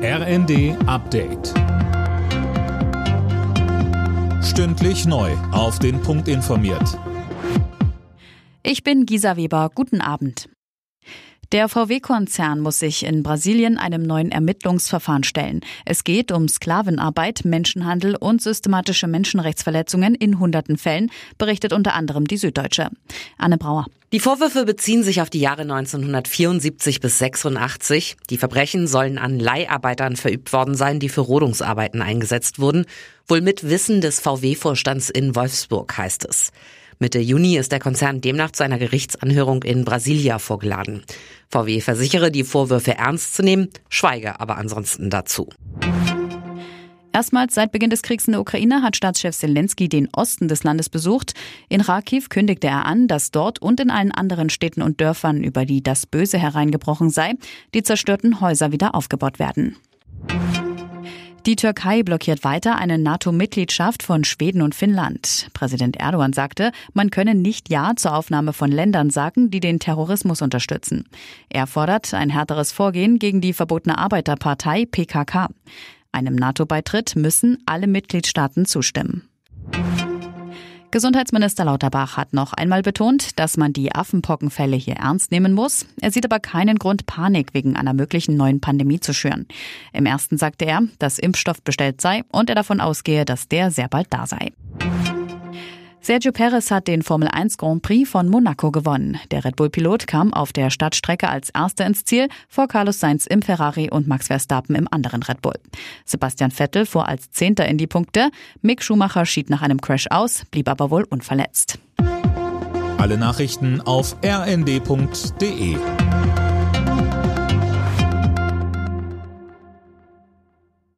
RND Update. Stündlich neu auf den Punkt informiert. Ich bin Gisa Weber. Guten Abend. Der VW-Konzern muss sich in Brasilien einem neuen Ermittlungsverfahren stellen. Es geht um Sklavenarbeit, Menschenhandel und systematische Menschenrechtsverletzungen in hunderten Fällen, berichtet unter anderem die Süddeutsche. Anne Brauer. Die Vorwürfe beziehen sich auf die Jahre 1974 bis 86. Die Verbrechen sollen an Leiharbeitern verübt worden sein, die für Rodungsarbeiten eingesetzt wurden. Wohl mit Wissen des VW-Vorstands in Wolfsburg, heißt es. Mitte Juni ist der Konzern demnach zu einer Gerichtsanhörung in Brasilia vorgeladen. VW versichere, die Vorwürfe ernst zu nehmen, schweige aber ansonsten dazu. Erstmals seit Beginn des Kriegs in der Ukraine hat Staatschef Zelensky den Osten des Landes besucht. In Kharkiv kündigte er an, dass dort und in allen anderen Städten und Dörfern, über die das Böse hereingebrochen sei, die zerstörten Häuser wieder aufgebaut werden. Die Türkei blockiert weiter eine NATO-Mitgliedschaft von Schweden und Finnland. Präsident Erdogan sagte, man könne nicht Ja zur Aufnahme von Ländern sagen, die den Terrorismus unterstützen. Er fordert ein härteres Vorgehen gegen die verbotene Arbeiterpartei PKK. Einem NATO-Beitritt müssen alle Mitgliedstaaten zustimmen. Gesundheitsminister Lauterbach hat noch einmal betont, dass man die Affenpockenfälle hier ernst nehmen muss. Er sieht aber keinen Grund, Panik wegen einer möglichen neuen Pandemie zu schüren. Im ersten sagte er, dass Impfstoff bestellt sei und er davon ausgehe, dass der sehr bald da sei. Sergio Perez hat den Formel 1 Grand Prix von Monaco gewonnen. Der Red Bull-Pilot kam auf der Startstrecke als Erster ins Ziel, vor Carlos Sainz im Ferrari und Max Verstappen im anderen Red Bull. Sebastian Vettel fuhr als Zehnter in die Punkte. Mick Schumacher schied nach einem Crash aus, blieb aber wohl unverletzt. Alle Nachrichten auf rnd.de.